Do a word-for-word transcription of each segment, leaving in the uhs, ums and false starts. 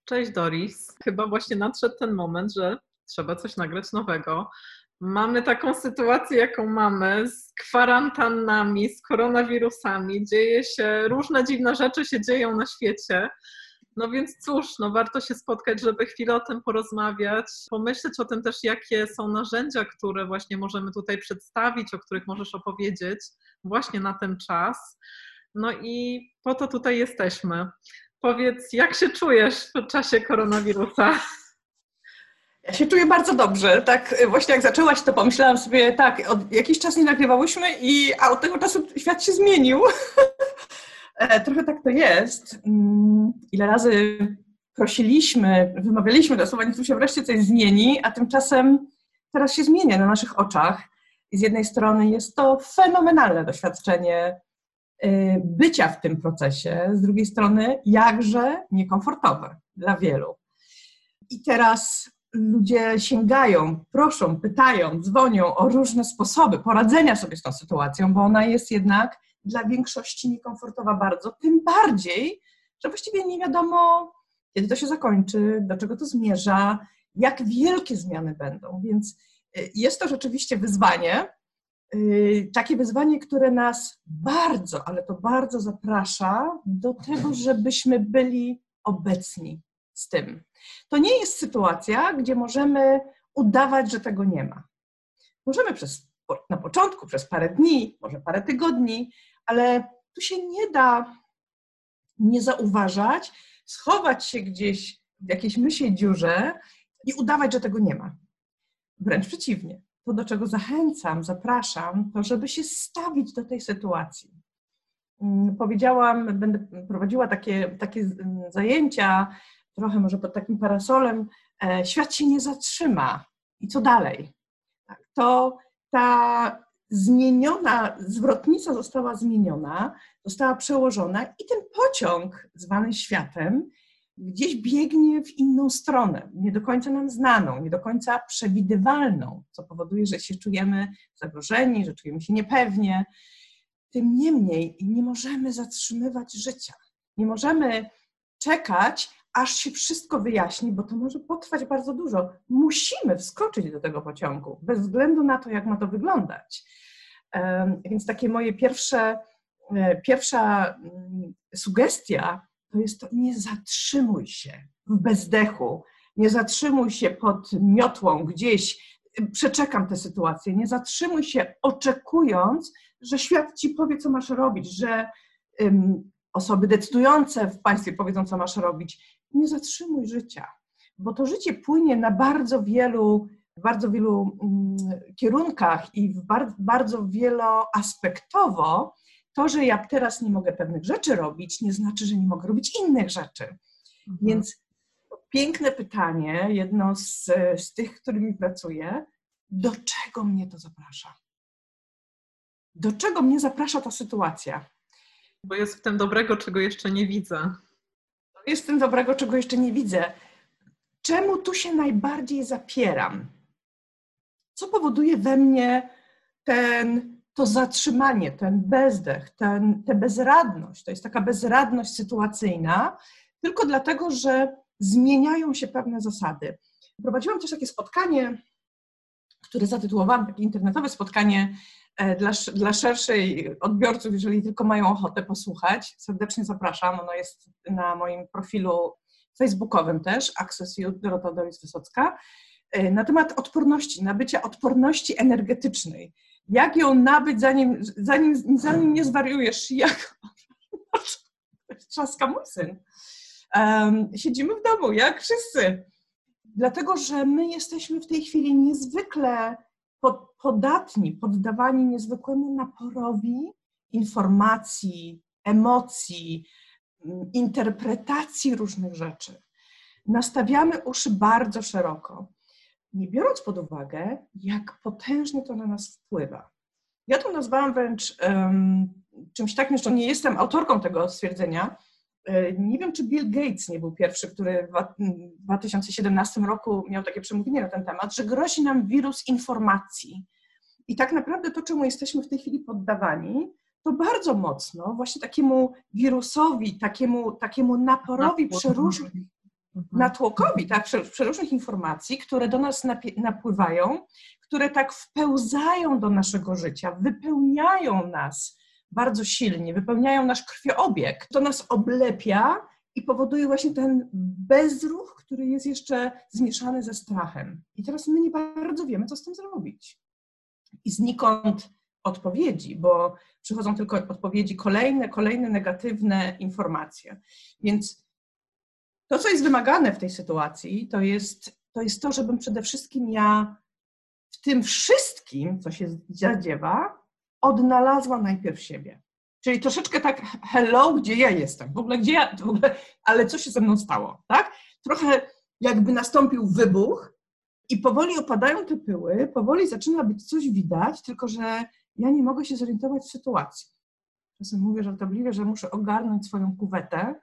Cześć Doris. Chyba właśnie nadszedł ten moment, że trzeba coś nagrać nowego. Mamy taką sytuację, jaką mamy, z kwarantannami, z koronawirusami. Dzieje się, różne dziwne rzeczy się dzieją na świecie. No więc cóż, no warto się spotkać, żeby chwilę o tym porozmawiać, pomyśleć o tym też, jakie są narzędzia, które właśnie możemy tutaj przedstawić, o których możesz opowiedzieć właśnie na ten czas. No i po to tutaj jesteśmy. Powiedz, jak się czujesz w czasie koronawirusa? Ja się czuję bardzo dobrze. Tak właśnie jak zaczęłaś, to pomyślałam sobie, tak, od jakiś czas nie nagrywałyśmy, i, a od tego czasu świat się zmienił. Trochę tak to jest. Ile razy prosiliśmy, wymawialiśmy do słowa, niech tu się wreszcie coś zmieni, a tymczasem teraz się zmienia na naszych oczach. I z jednej strony jest to fenomenalne doświadczenie bycia w tym procesie, z drugiej strony jakże niekomfortowe dla wielu. I teraz ludzie sięgają, proszą, pytają, dzwonią o różne sposoby poradzenia sobie z tą sytuacją, bo ona jest jednak dla większości niekomfortowa bardzo, tym bardziej, że właściwie nie wiadomo, kiedy to się zakończy, do czego to zmierza, jak wielkie zmiany będą, więc jest to rzeczywiście wyzwanie, takie wyzwanie, które nas bardzo, ale to bardzo zaprasza do tego, żebyśmy byli obecni z tym. To nie jest sytuacja, gdzie możemy udawać, że tego nie ma. Możemy przez, na początku przez parę dni, może parę tygodni, ale tu się nie da nie zauważać, schować się gdzieś w jakiejś mysiej dziurze i udawać, że tego nie ma. Wręcz przeciwnie. To, do czego zachęcam, zapraszam, to żeby się stawić do tej sytuacji. Powiedziałam, będę prowadziła takie, takie zajęcia, trochę może pod takim parasolem, świat się nie zatrzyma. I co dalej? To ta zmieniona, zwrotnica została zmieniona, została przełożona i ten pociąg zwany światem gdzieś biegnie w inną stronę, nie do końca nam znaną, nie do końca przewidywalną, co powoduje, że się czujemy zagrożeni, że czujemy się niepewnie. Tym niemniej nie możemy zatrzymywać życia. Nie możemy czekać, aż się wszystko wyjaśni, bo to może potrwać bardzo dużo. Musimy wskoczyć do tego pociągu, bez względu na to, jak ma to wyglądać. Więc takie moje pierwsze, pierwsza sugestia to jest to: nie zatrzymuj się w bezdechu, nie zatrzymuj się pod miotłą gdzieś, przeczekam tę sytuację, nie zatrzymuj się oczekując, że świat ci powie, co masz robić, że um, osoby decydujące w państwie powiedzą, co masz robić. Nie zatrzymuj życia, bo to życie płynie na bardzo wielu, bardzo wielu um, kierunkach i w bar, bardzo wieloaspektowo. To, że ja teraz nie mogę pewnych rzeczy robić, nie znaczy, że nie mogę robić innych rzeczy. Mhm. Więc piękne pytanie, jedno z, z tych, którymi pracuję, do czego mnie to zaprasza? Do czego mnie zaprasza ta sytuacja? Bo jest w tym dobrego, czego jeszcze nie widzę. Jest w tym dobrego, czego jeszcze nie widzę. Czemu tu się najbardziej zapieram? Co powoduje we mnie ten... to zatrzymanie, ten bezdech, ten, tę bezradność, to jest taka bezradność sytuacyjna, tylko dlatego, że zmieniają się pewne zasady. Prowadziłam też takie spotkanie, które zatytułowałam, takie internetowe spotkanie dla, dla szerszej odbiorców, jeżeli tylko mają ochotę posłuchać. Serdecznie zapraszam, ono jest na moim profilu facebookowym też, Access You, Dorota Doris-Wysocka, na temat odporności, nabycia odporności energetycznej. Jak ją nabyć, zanim, zanim, zanim nie zwariujesz? Jak... Trzaska mój syn. Um, siedzimy w domu, jak wszyscy. Dlatego, że my jesteśmy w tej chwili niezwykle pod, podatni, poddawani niezwykłemu naporowi informacji, emocji, interpretacji różnych rzeczy. Nastawiamy uszy bardzo szeroko, nie biorąc pod uwagę, jak potężnie to na nas wpływa. Ja to nazwałam wręcz um, czymś takim, że nie jestem autorką tego stwierdzenia. Nie wiem, czy Bill Gates nie był pierwszy, który w dwa tysiące siedemnastym roku miał takie przemówienie na ten temat, że grozi nam wirus informacji. I tak naprawdę to, czemu jesteśmy w tej chwili poddawani, to bardzo mocno właśnie takiemu wirusowi, takiemu, takiemu naporowi przeróżnych, mhm. natłokowi, tak, przeróżnych informacji, które do nas napływają, które tak wpełzają do naszego życia, wypełniają nas bardzo silnie, wypełniają nasz krwiobieg. To nas oblepia i powoduje właśnie ten bezruch, który jest jeszcze zmieszany ze strachem. I teraz my nie bardzo wiemy, co z tym zrobić. I znikąd odpowiedzi, bo przychodzą tylko odpowiedzi kolejne, kolejne negatywne informacje. Więc to, co jest wymagane w tej sytuacji, to jest to, jest to żebym przede wszystkim ja w tym wszystkim, co się zadziewa, odnalazła najpierw siebie. Czyli troszeczkę tak, hello, gdzie ja jestem? W ogóle gdzie ja, w ogóle, ale co się ze mną stało, tak? Trochę jakby nastąpił wybuch i powoli opadają te pyły, powoli zaczyna być coś widać, tylko że ja nie mogę się zorientować w sytuacji. Czasem mówię żartobliwie, że muszę ogarnąć swoją kuwetę,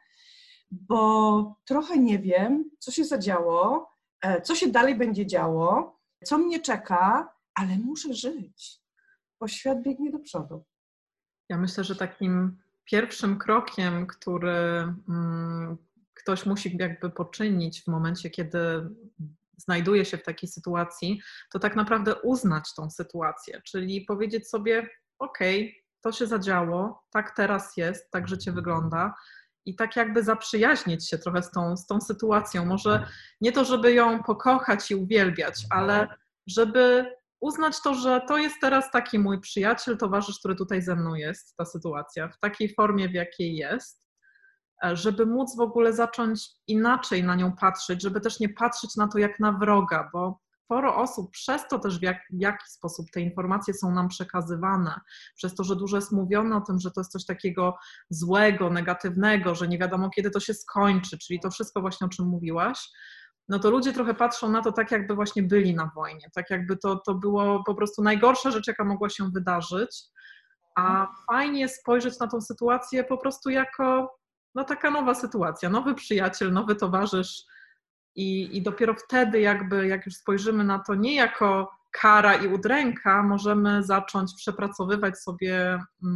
bo trochę nie wiem, co się zadziało, co się dalej będzie działo, co mnie czeka, ale muszę żyć, bo świat biegnie do przodu. Ja myślę, że takim pierwszym krokiem, który mm, ktoś musi jakby poczynić w momencie, kiedy znajduje się w takiej sytuacji, to tak naprawdę uznać tą sytuację, czyli powiedzieć sobie, okej, to się zadziało, tak teraz jest, tak życie wygląda i tak jakby zaprzyjaźnić się trochę z tą, z tą sytuacją. Może nie to, żeby ją pokochać i uwielbiać, ale żeby uznać to, że to jest teraz taki mój przyjaciel, towarzysz, który tutaj ze mną jest, ta sytuacja, w takiej formie, w jakiej jest, żeby móc w ogóle zacząć inaczej na nią patrzeć, żeby też nie patrzeć na to jak na wroga, bo sporo osób przez to też w, jak, w jaki sposób te informacje są nam przekazywane, przez to, że dużo jest mówione o tym, że to jest coś takiego złego, negatywnego, że nie wiadomo kiedy to się skończy, czyli to wszystko właśnie o czym mówiłaś, no to ludzie trochę patrzą na to tak, jakby właśnie byli na wojnie, tak jakby to, to było po prostu najgorsza rzecz, jaka mogła się wydarzyć, a fajnie spojrzeć na tą sytuację po prostu jako no taka nowa sytuacja, nowy przyjaciel, nowy towarzysz i, i dopiero wtedy jakby, jak już spojrzymy na to nie jako kara i udręka, możemy zacząć przepracowywać sobie,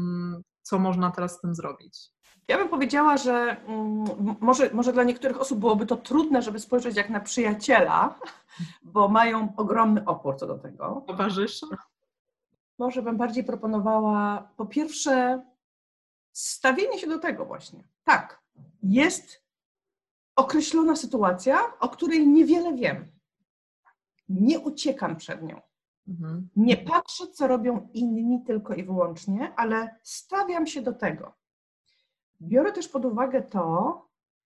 co można teraz z tym zrobić. Ja bym powiedziała, że może, może dla niektórych osób byłoby to trudne, żeby spojrzeć jak na przyjaciela, bo mają ogromny opór co do tego. Towarzysza? Może bym bardziej proponowała po pierwsze stawienie się do tego właśnie. Tak, jest określona sytuacja, o której niewiele wiem. Nie uciekam przed nią. Mhm. Nie patrzę, co robią inni tylko i wyłącznie, ale stawiam się do tego. Biorę też pod uwagę to,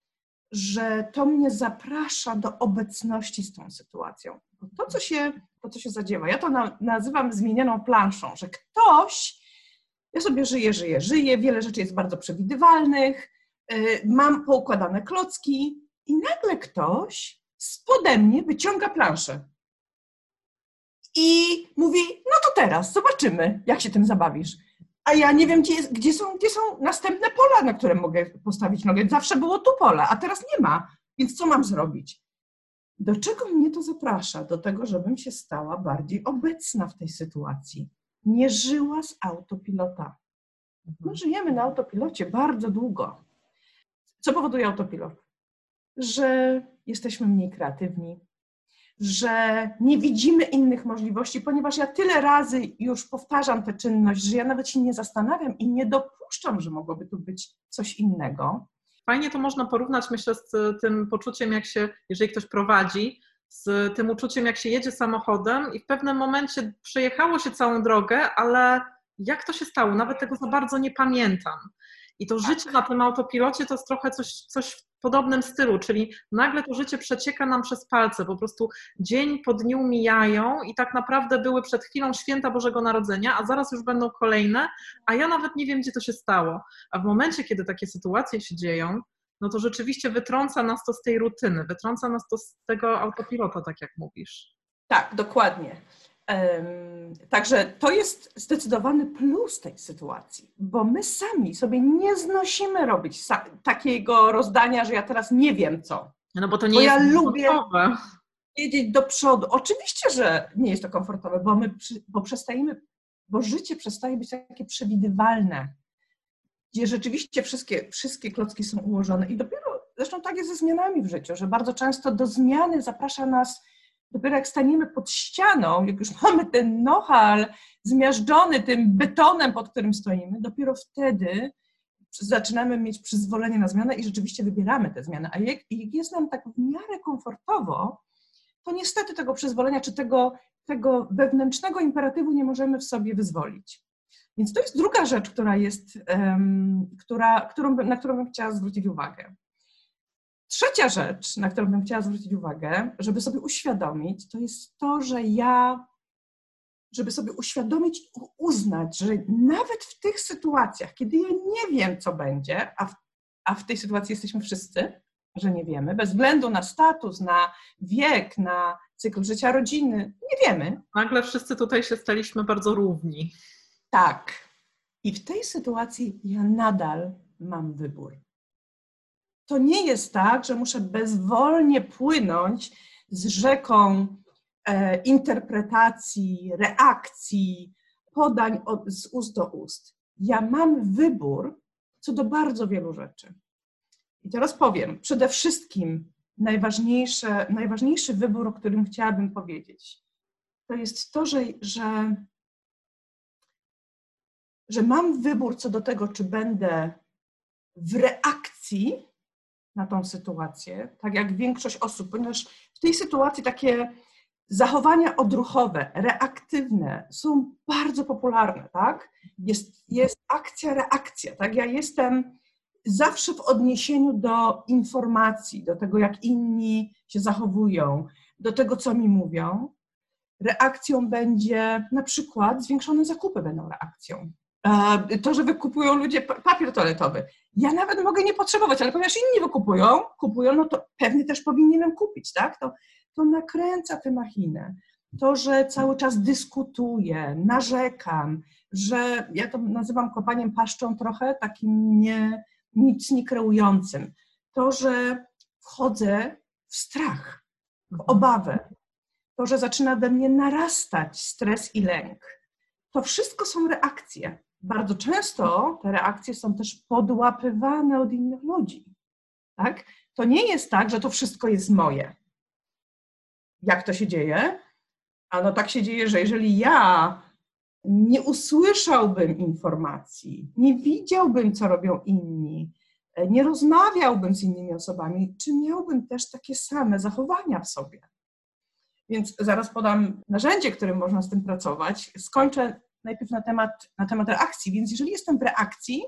że to mnie zaprasza do obecności z tą sytuacją. To, co się, to, co się zadziewa, ja to na, nazywam zmienioną planszą, że ktoś, ja sobie żyję, żyję, żyję, wiele rzeczy jest bardzo przewidywalnych, yy, mam poukładane klocki i nagle ktoś spode mnie wyciąga planszę i mówi, no to teraz zobaczymy, jak się tym zabawisz. A ja nie wiem, gdzie, jest, gdzie, są, gdzie są następne pola, na które mogę postawić nogę. Zawsze było tu pole, a teraz nie ma. Więc co mam zrobić? Do czego mnie to zaprasza? Do tego, żebym się stała bardziej obecna w tej sytuacji. Nie żyła z autopilota. My żyjemy na autopilocie bardzo długo. Co powoduje autopilot? Że jesteśmy mniej kreatywni, że nie widzimy innych możliwości, ponieważ ja tyle razy już powtarzam tę czynność, że ja nawet się nie zastanawiam i nie dopuszczam, że mogłoby tu być coś innego. Fajnie to można porównać, myślę, z tym poczuciem, jak się, jeżeli ktoś prowadzi, z tym uczuciem, jak się jedzie samochodem i w pewnym momencie przejechało się całą drogę, ale jak to się stało? Nawet tego za bardzo nie pamiętam. I to życie na tym autopilocie to jest trochę coś, coś w podobnym stylu, czyli nagle to życie przecieka nam przez palce, po prostu dzień po dniu mijają i tak naprawdę były przed chwilą święta Bożego Narodzenia, a zaraz już będą kolejne, a ja nawet nie wiem, gdzie to się stało. A w momencie, kiedy takie sytuacje się dzieją, no to rzeczywiście wytrąca nas to z tej rutyny, wytrąca nas to z tego autopilota, tak jak mówisz. Tak, dokładnie. Um, także to jest zdecydowany plus tej sytuacji, bo my sami sobie nie znosimy robić sa- takiego rozdania, że ja teraz nie wiem co. No bo to nie bo jest ja komfortowe. Lubię jeździć do przodu. Oczywiście, że nie jest to komfortowe, bo my przy, bo przestajemy, bo życie przestaje być takie przewidywalne, gdzie rzeczywiście wszystkie, wszystkie klocki są ułożone i dopiero Zresztą tak jest ze zmianami w życiu, że bardzo często do zmiany zaprasza nas dopiero jak staniemy pod ścianą, jak już mamy ten nohal zmiażdżony tym betonem, pod którym stoimy, dopiero wtedy zaczynamy mieć przyzwolenie na zmianę i rzeczywiście wybieramy tę zmianę. A jak, jak jest nam tak w miarę komfortowo, to niestety tego przyzwolenia czy tego, tego wewnętrznego imperatywu nie możemy w sobie wyzwolić. Więc to jest druga rzecz, która jest, um, która, którą, na którą bym chciała zwrócić uwagę. Trzecia rzecz, na którą bym chciała zwrócić uwagę, żeby sobie uświadomić, to jest to, że ja, żeby sobie uświadomić i uznać, że nawet w tych sytuacjach, kiedy ja nie wiem, co będzie, a w, a w tej sytuacji jesteśmy wszyscy, że nie wiemy, bez względu na status, na wiek, na cykl życia rodziny, nie wiemy. Nagle wszyscy tutaj się staliśmy bardzo równi. Tak. I w tej sytuacji ja nadal mam wybór. To nie jest tak, że muszę bezwolnie płynąć z rzeką e, interpretacji, reakcji, podań od, z ust do ust. Ja mam wybór co do bardzo wielu rzeczy. I teraz powiem, przede wszystkim najważniejsze, najważniejszy wybór, o którym chciałabym powiedzieć, to jest to, że, że, że mam wybór co do tego, czy będę w reakcji na tą sytuację, tak jak większość osób, ponieważ w tej sytuacji takie zachowania odruchowe, reaktywne są bardzo popularne, tak? Jest, jest akcja, reakcja, tak? Ja jestem zawsze w odniesieniu do informacji, do tego, jak inni się zachowują, do tego, co mi mówią. Reakcją będzie na przykład zwiększone zakupy będą reakcją. To, że wykupują ludzie papier toaletowy. Ja nawet mogę nie potrzebować, ale ponieważ inni wykupują, kupują, no to pewnie też powinienem kupić, tak? To, to nakręca tę machinę. To, że cały czas dyskutuję, narzekam, że ja to nazywam kopaniem paszczą trochę, takim nie, nic nie kreującym. To, że wchodzę w strach, w obawę. To, że zaczyna we mnie narastać stres i lęk. To wszystko są reakcje. Bardzo często te reakcje są też podłapywane od innych ludzi. Tak? To nie jest tak, że to wszystko jest moje. Jak to się dzieje? Ano tak się dzieje, że jeżeli ja nie usłyszałbym informacji, nie widziałbym, co robią inni, nie rozmawiałbym z innymi osobami, czy miałbym też takie same zachowania w sobie. Więc zaraz podam narzędzie, którym można z tym pracować. Skończę najpierw na temat, na temat reakcji. Więc jeżeli jestem w reakcji,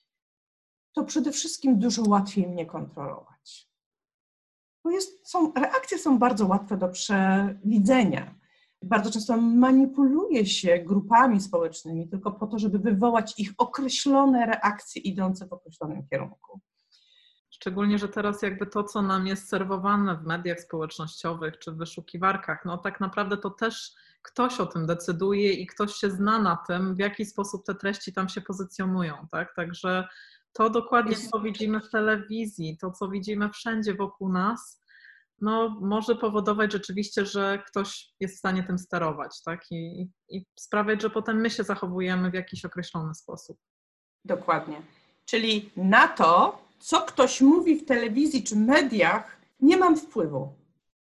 to przede wszystkim dużo łatwiej mnie kontrolować. Bo jest, są, reakcje są bardzo łatwe do przewidzenia. Bardzo często manipuluje się grupami społecznymi tylko po to, żeby wywołać ich określone reakcje idące w określonym kierunku. Szczególnie, że teraz jakby to, co nam jest serwowane w mediach społecznościowych czy w wyszukiwarkach, no tak naprawdę to też ktoś o tym decyduje i ktoś się zna na tym, w jaki sposób te treści tam się pozycjonują, tak? Także to dokładnie, co widzimy w telewizji, to, co widzimy wszędzie wokół nas, no może powodować rzeczywiście, że ktoś jest w stanie tym sterować, tak? I, i sprawiać, że potem my się zachowujemy w jakiś określony sposób. Dokładnie. Czyli na to, co ktoś mówi w telewizji czy mediach, nie mam wpływu.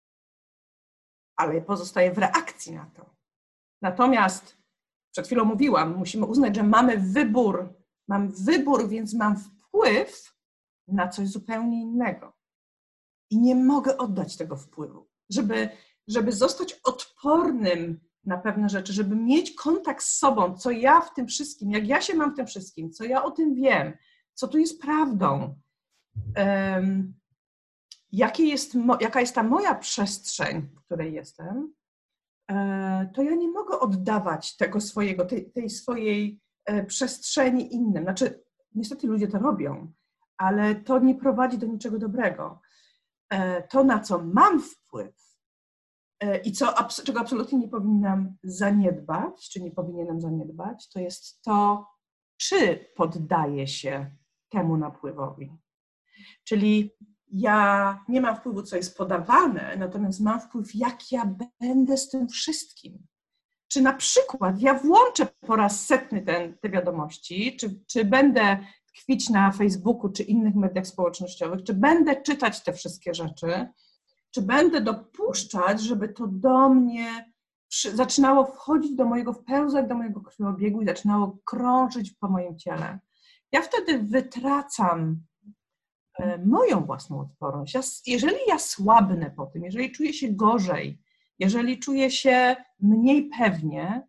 Ale pozostaję w reakcji na to. Natomiast, przed chwilą mówiłam, musimy uznać, że mamy wybór. Mam wybór, więc mam wpływ na coś zupełnie innego. I nie mogę oddać tego wpływu. Żeby, żeby zostać odpornym na pewne rzeczy, żeby mieć kontakt z sobą, co ja w tym wszystkim, jak ja się mam w tym wszystkim, co ja o tym wiem, co tu jest prawdą, um, jakie jest, jaka jest ta moja przestrzeń, w której jestem, to ja nie mogę oddawać tego swojego, tej, tej swojej przestrzeni innym. Znaczy, niestety ludzie to robią, ale to nie prowadzi do niczego dobrego. To, na co mam wpływ i co, czego absolutnie nie powinnam zaniedbać, czy nie powinienem zaniedbać, to jest to, czy poddaję się temu napływowi. Czyli ja nie mam wpływu, co jest podawane, natomiast mam wpływ, jak ja będę z tym wszystkim. Czy na przykład ja włączę po raz setny ten, te wiadomości, czy, czy będę tkwić na Facebooku czy innych mediach społecznościowych, czy będę czytać te wszystkie rzeczy, czy będę dopuszczać, żeby to do mnie przy, zaczynało wchodzić do mojego, wpełzać do mojego krwiobiegu i zaczynało krążyć po moim ciele. Ja wtedy wytracam e, moją własną odporność. Ja, jeżeli ja słabnę po tym, jeżeli czuję się gorzej, jeżeli czuję się mniej pewnie,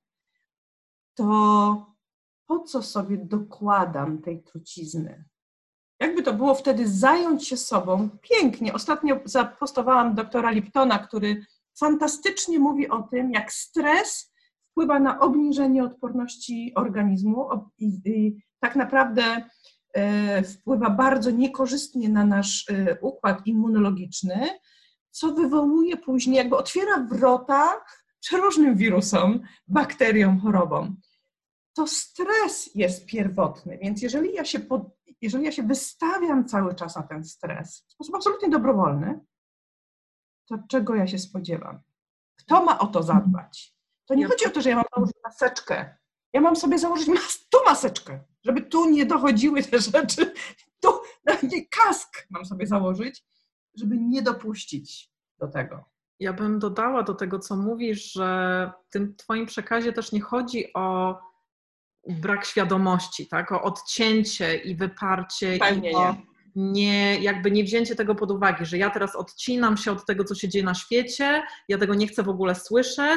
to po co sobie dokładam tej trucizny? Jakby to było wtedy zająć się sobą pięknie. Ostatnio zapostowałam doktora Liptona, który fantastycznie mówi o tym, jak stres wpływa na obniżenie odporności organizmu i, i tak naprawdę e, wpływa bardzo niekorzystnie na nasz e, układ immunologiczny, co wywołuje później, jakby otwiera wrota przeróżnym wirusom, bakteriom, chorobom. To stres jest pierwotny, więc jeżeli ja się, pod, jeżeli ja się wystawiam cały czas na ten stres w sposób absolutnie dobrowolny, to czego ja się spodziewam? Kto ma o to zadbać? To nie chodzi o to, że ja mam założyć maseczkę. Ja mam sobie założyć mas- tu maseczkę, żeby tu nie dochodziły te rzeczy. Tu nie, kask mam sobie założyć, żeby nie dopuścić do tego. Ja bym dodała do tego, co mówisz, że w tym twoim przekazie też nie chodzi o brak świadomości, tak? O odcięcie i wyparcie Pewnie i o nie. nie, jakby nie wzięcie tego pod uwagę, że ja teraz odcinam się od tego, co się dzieje na świecie, ja tego nie chcę w ogóle słyszeć,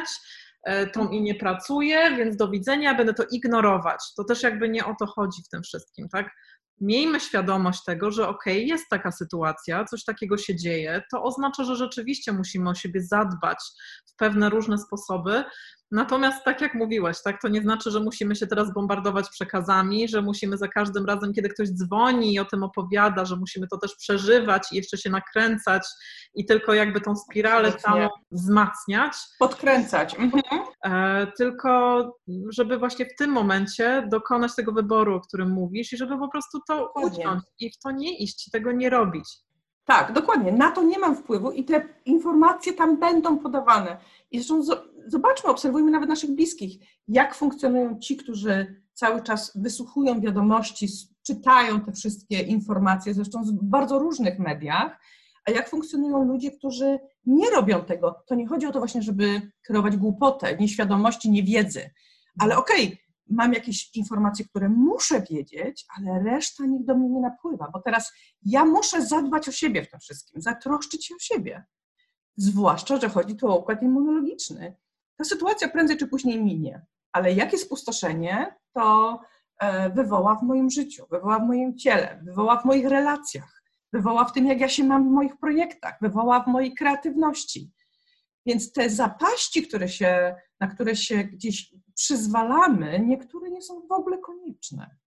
to mi nie pracuje, więc do widzenia, będę to ignorować. To też jakby nie o to chodzi w tym wszystkim, tak? Miejmy świadomość tego, że okej, okay, jest taka sytuacja, coś takiego się dzieje, to oznacza, że rzeczywiście musimy o siebie zadbać w pewne różne sposoby. Natomiast tak jak mówiłaś, tak, to nie znaczy, że musimy się teraz bombardować przekazami, że musimy za każdym razem, kiedy ktoś dzwoni i o tym opowiada, że musimy to też przeżywać i jeszcze się nakręcać i tylko jakby tą spiralę całą wzmacniać. Podkręcać. Mhm. E, tylko żeby właśnie w tym momencie dokonać tego wyboru, o którym mówisz i żeby po prostu to Dokładnie. uciąć i w to nie iść, tego nie robić. Tak, dokładnie. Na to nie mam wpływu i te informacje tam będą podawane. I zresztą zobaczmy, obserwujmy nawet naszych bliskich, jak funkcjonują ci, którzy cały czas wysłuchują wiadomości, czytają te wszystkie informacje, zresztą w bardzo różnych mediach, a jak funkcjonują ludzie, którzy nie robią tego. To nie chodzi o to właśnie, żeby kreować głupotę, nieświadomości, niewiedzy, ale okej, okay, mam jakieś informacje, które muszę wiedzieć, ale reszta niech do mnie nie napływa, bo teraz ja muszę zadbać o siebie w tym wszystkim, zatroszczyć się o siebie. Zwłaszcza, że chodzi tu o układ immunologiczny. Ta sytuacja prędzej czy później minie, ale jakie spustoszenie to wywoła w moim życiu, wywoła w moim ciele, wywoła w moich relacjach, wywoła w tym, jak ja się mam w moich projektach, wywoła w mojej kreatywności. Więc te zapaści, które się, na które się gdzieś przyzwalamy, niektóre nie są w ogóle konieczne.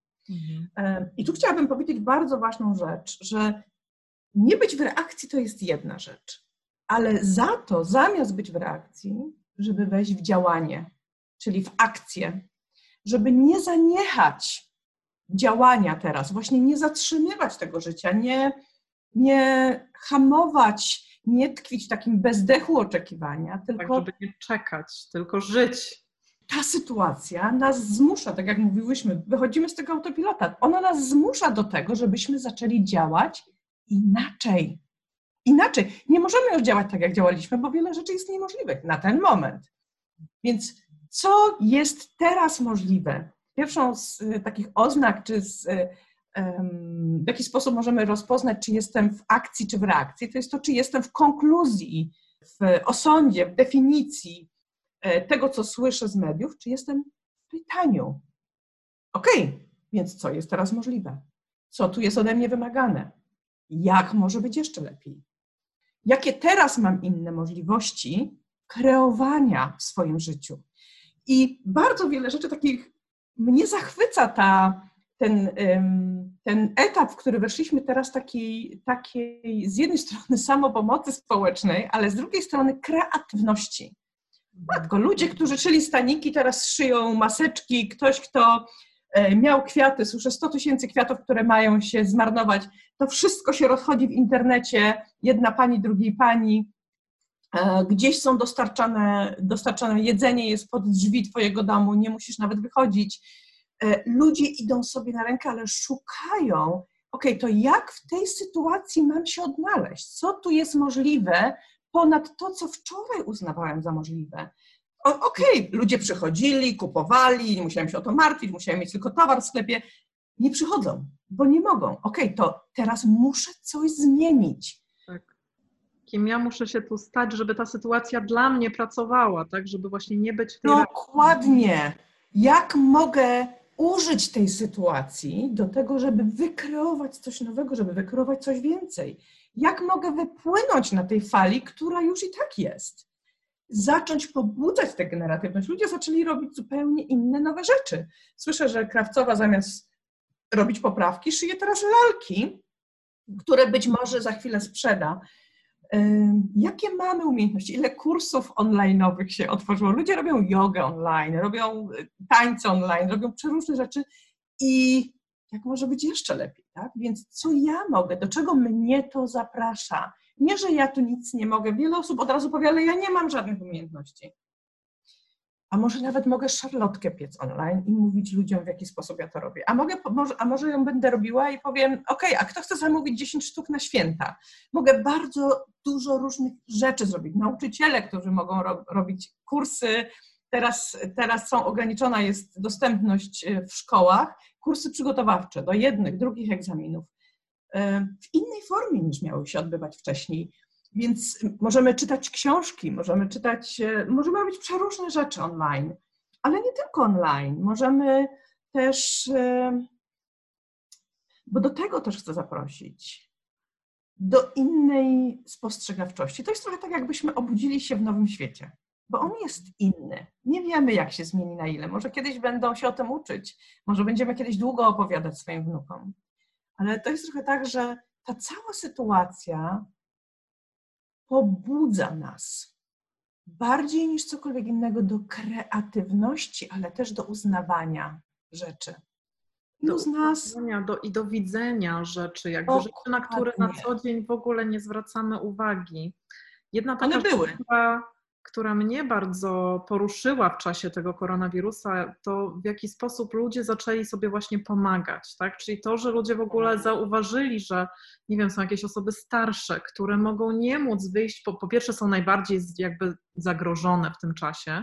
Mhm. I tu chciałabym powiedzieć bardzo ważną rzecz, że nie być w reakcji to jest jedna rzecz, ale za to, zamiast być w reakcji, żeby wejść w działanie, czyli w akcję, żeby nie zaniechać działania teraz, właśnie nie zatrzymywać tego życia, nie, nie hamować, nie tkwić w takim bezdechu oczekiwania, tylko... Tak, żeby nie czekać, tylko żyć. Ta sytuacja nas zmusza, tak jak mówiłyśmy, wychodzimy z tego autopilota, ona nas zmusza do tego, żebyśmy zaczęli działać inaczej. Inaczej. Nie możemy już działać tak, jak działaliśmy, bo wiele rzeczy jest niemożliwych na ten moment. Więc co jest teraz możliwe? Pierwszą z takich oznak, czy z, w jaki sposób możemy rozpoznać, czy jestem w akcji, czy w reakcji, to jest to, czy jestem w konkluzji, w osądzie, w definicji tego, co słyszę z mediów, czy jestem w pytaniu. Okej, okay, więc co jest teraz możliwe? Co tu jest ode mnie wymagane? Jak może być jeszcze lepiej? Jakie teraz mam inne możliwości kreowania w swoim życiu? I bardzo wiele rzeczy takich mnie zachwyca ta, ten, ten etap, w który weszliśmy teraz takiej, takiej z jednej strony samopomocy społecznej, ale z drugiej strony kreatywności. Matko, ludzie, którzy szyli staniki, teraz szyją maseczki, ktoś, kto miał kwiaty, słyszę sto tysięcy kwiatów, które mają się zmarnować, to wszystko się rozchodzi w internecie, jedna pani, drugiej pani, gdzieś są dostarczane, dostarczane jedzenie, jest pod drzwi twojego domu, nie musisz nawet wychodzić. ludzie idą sobie na rękę, ale szukają, okej, to jak w tej sytuacji mam się odnaleźć? Co tu jest możliwe ponad to, co wczoraj uznawałem za możliwe? Okej, okay, ludzie przychodzili, kupowali, nie musiałem się o to martwić, musiałem mieć tylko towar w sklepie. Nie przychodzą, bo nie mogą. Okej, okay, to teraz muszę coś zmienić. Tak. Kim ja muszę się tu stać, żeby ta sytuacja dla mnie pracowała, tak? Żeby właśnie nie być w tej... Dokładnie. Jak mogę użyć tej sytuacji do tego, żeby wykreować coś nowego, żeby wykreować coś więcej? Jak mogę wypłynąć na tej fali, która już i tak jest? Zacząć pobudzać tę generatywność. Ludzie zaczęli robić zupełnie inne, nowe rzeczy. Słyszę, że Krawcowa zamiast robić poprawki, szyje teraz lalki, które być może za chwilę sprzeda. Jakie mamy umiejętności? Ile kursów online'owych się otworzyło? Ludzie robią jogę online, robią tańce online, robią przeróżne rzeczy i jak może być jeszcze lepiej, tak? Więc co ja mogę? Do czego mnie to zaprasza? Nie, że ja tu nic nie mogę. Wiele osób od razu powie, ale ja nie mam żadnych umiejętności. A może nawet mogę szarlotkę piec online i mówić ludziom, w jaki sposób ja to robię. A, mogę, a może ją będę robiła i powiem, ok, a kto chce zamówić dziesięć sztuk na święta? Mogę bardzo dużo różnych rzeczy zrobić. Nauczyciele, którzy mogą ro, robić kursy, teraz, teraz są ograniczona jest dostępność w szkołach, kursy przygotowawcze do jednych, drugich egzaminów w innej formie niż miały się odbywać wcześniej. Więc możemy czytać książki, możemy czytać, możemy robić przeróżne rzeczy online, ale nie tylko online. Możemy też, bo do tego też chcę zaprosić, do innej spostrzegawczości. To jest trochę tak, jakbyśmy obudzili się w nowym świecie, bo on jest inny. Nie wiemy, jak się zmieni na ile. Może kiedyś będą się o tym uczyć, może będziemy kiedyś długo opowiadać swoim wnukom. Ale to jest trochę tak, że ta cała sytuacja pobudza nas bardziej niż cokolwiek innego do kreatywności, ale też do uznawania rzeczy. Do, z nas... do, I do widzenia rzeczy, jakby o, rzeczy, na które na co dzień w ogóle nie zwracamy uwagi. Jedna taka rzecz, która, która mnie bardzo poruszyła w czasie tego koronawirusa, to w jaki sposób ludzie zaczęli sobie właśnie pomagać, tak? Czyli to, że ludzie w ogóle zauważyli, że nie wiem, są jakieś osoby starsze, które mogą nie móc wyjść, po, po pierwsze są najbardziej jakby zagrożone w tym czasie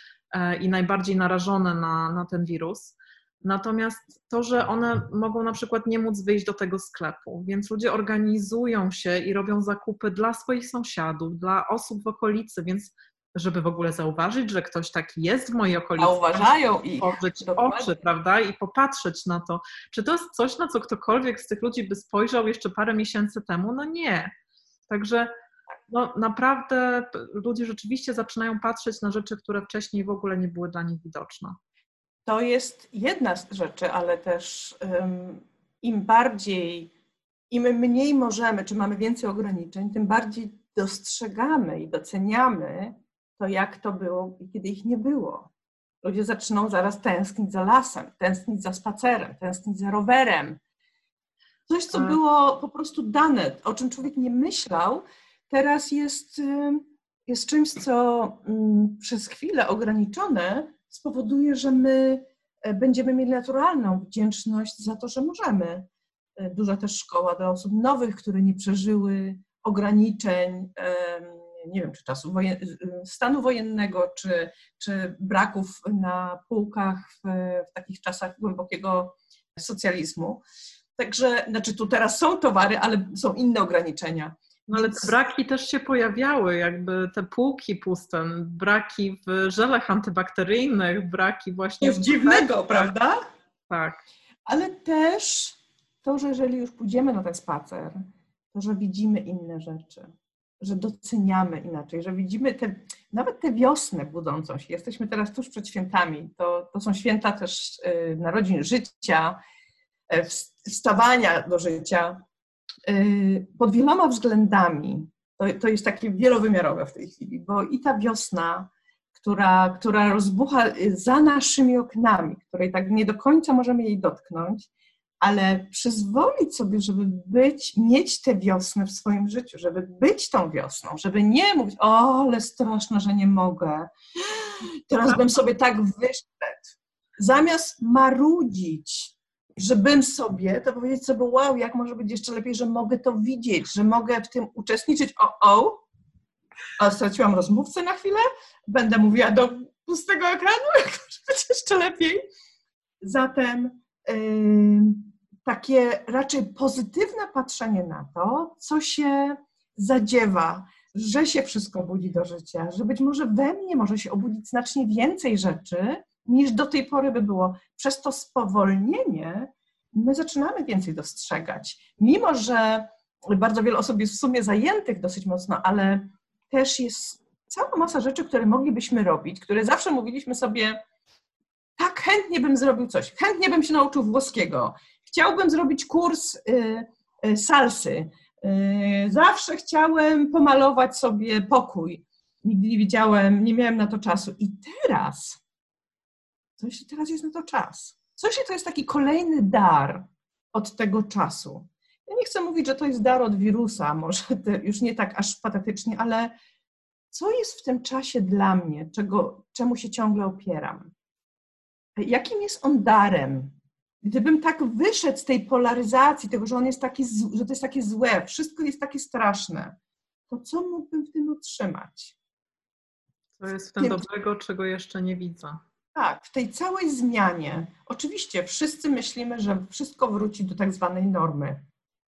e, i najbardziej narażone na, na ten wirus. Natomiast to, że one mogą na przykład nie móc wyjść do tego sklepu, więc ludzie organizują się i robią zakupy dla swoich sąsiadów, dla osób w okolicy, więc żeby w ogóle zauważyć, że ktoś taki jest w mojej okolicy. A uważają ich. Otworzyć oczy, prawda, i popatrzeć na to. Czy to jest coś, na co ktokolwiek z tych ludzi by spojrzał jeszcze parę miesięcy temu? No nie. Także no, naprawdę ludzie rzeczywiście zaczynają patrzeć na rzeczy, które wcześniej w ogóle nie były dla nich widoczne. To jest jedna z rzeczy, ale też um, im bardziej, im mniej możemy, czy mamy więcej ograniczeń, tym bardziej dostrzegamy i doceniamy to, jak to było i kiedy ich nie było. Ludzie zaczną zaraz tęsknić za lasem, tęsknić za spacerem, tęsknić za rowerem. Coś, co było po prostu dane, o czym człowiek nie myślał, teraz jest, jest czymś, co um, przez chwilę ograniczone, spowoduje, że my będziemy mieli naturalną wdzięczność za to, że możemy. Duża też szkoła dla osób nowych, które nie przeżyły ograniczeń, nie wiem, czy czasu wojen- stanu wojennego, czy, czy braków na półkach w, w takich czasach głębokiego socjalizmu. Także, znaczy tu teraz są towary, ale są inne ograniczenia. No ale te braki też się pojawiały, jakby te półki puste, braki w żelach antybakteryjnych, braki właśnie... Coś dziwnego, prawda? Tak. Ale też to, że jeżeli już pójdziemy na ten spacer, to że widzimy inne rzeczy, że doceniamy inaczej, że widzimy te, nawet tę wiosnę budzącą się. Jesteśmy teraz tuż przed świętami. To, to są święta też y, narodzin życia, y, wstawania do życia. Pod wieloma względami, to, to jest takie wielowymiarowe w tej chwili, bo i ta wiosna, która, która rozbucha za naszymi oknami, której tak nie do końca możemy jej dotknąć, ale przyzwolić sobie, żeby być, mieć tę wiosnę w swoim życiu, żeby być tą wiosną, żeby nie mówić, o, ale straszno, że nie mogę, teraz bym sobie tak wyszedł. zamiast marudzić, żebym sobie, to powiedzieć sobie, wow, jak może być jeszcze lepiej, że mogę to widzieć, że mogę w tym uczestniczyć, o, o, a straciłam rozmówcę na chwilę, będę mówiła do pustego ekranu, jak może być jeszcze lepiej. Zatem yy, takie raczej pozytywne patrzenie na to, co się zadziewa, że się wszystko budzi do życia, że być może we mnie może się obudzić znacznie więcej rzeczy, niż do tej pory by było. Przez to spowolnienie my zaczynamy więcej dostrzegać. Mimo że bardzo wiele osób jest w sumie zajętych dosyć mocno, ale też jest cała masa rzeczy, które moglibyśmy robić, które zawsze mówiliśmy sobie, tak, chętnie bym zrobił coś, chętnie bym się nauczył włoskiego, chciałbym zrobić kurs y, y, salsy, y, zawsze chciałem pomalować sobie pokój, nigdy nie widziałem, nie miałem na to czasu. I teraz, coś teraz jest na to czas. Coś to jest taki kolejny dar od tego czasu. Ja nie chcę mówić, że to jest dar od wirusa, może już nie tak aż patetycznie, ale co jest w tym czasie dla mnie, czego, czemu się ciągle opieram? Jakim jest on darem? Gdybym tak wyszedł z tej polaryzacji, tego, że on jest taki, że to jest takie złe, wszystko jest takie straszne, to co mógłbym w tym otrzymać? Co jest w tym dobrego, czego jeszcze nie widzę? Tak, w tej całej zmianie. Oczywiście wszyscy myślimy, że wszystko wróci do tak zwanej normy.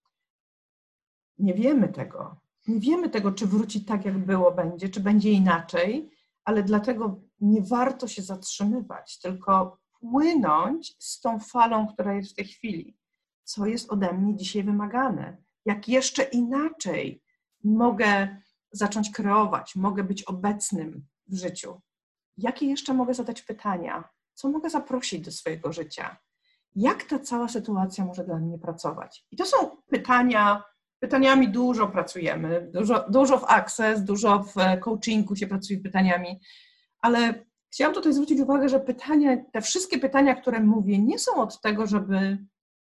Nie wiemy tego. Nie wiemy tego, czy wróci tak, jak było będzie, czy będzie inaczej, ale dlatego nie warto się zatrzymywać, tylko płynąć z tą falą, która jest w tej chwili. Co jest ode mnie dzisiaj wymagane? Jak jeszcze inaczej mogę zacząć kreować, mogę być obecnym w życiu? Jakie jeszcze mogę zadać pytania? Co mogę zaprosić do swojego życia? Jak ta cała sytuacja może dla mnie pracować? I to są pytania, pytaniami dużo pracujemy, dużo, dużo w Access, dużo w coachingu się pracuje pytaniami, ale chciałam tutaj zwrócić uwagę, że pytania, te wszystkie pytania, które mówię, nie są od tego, żeby,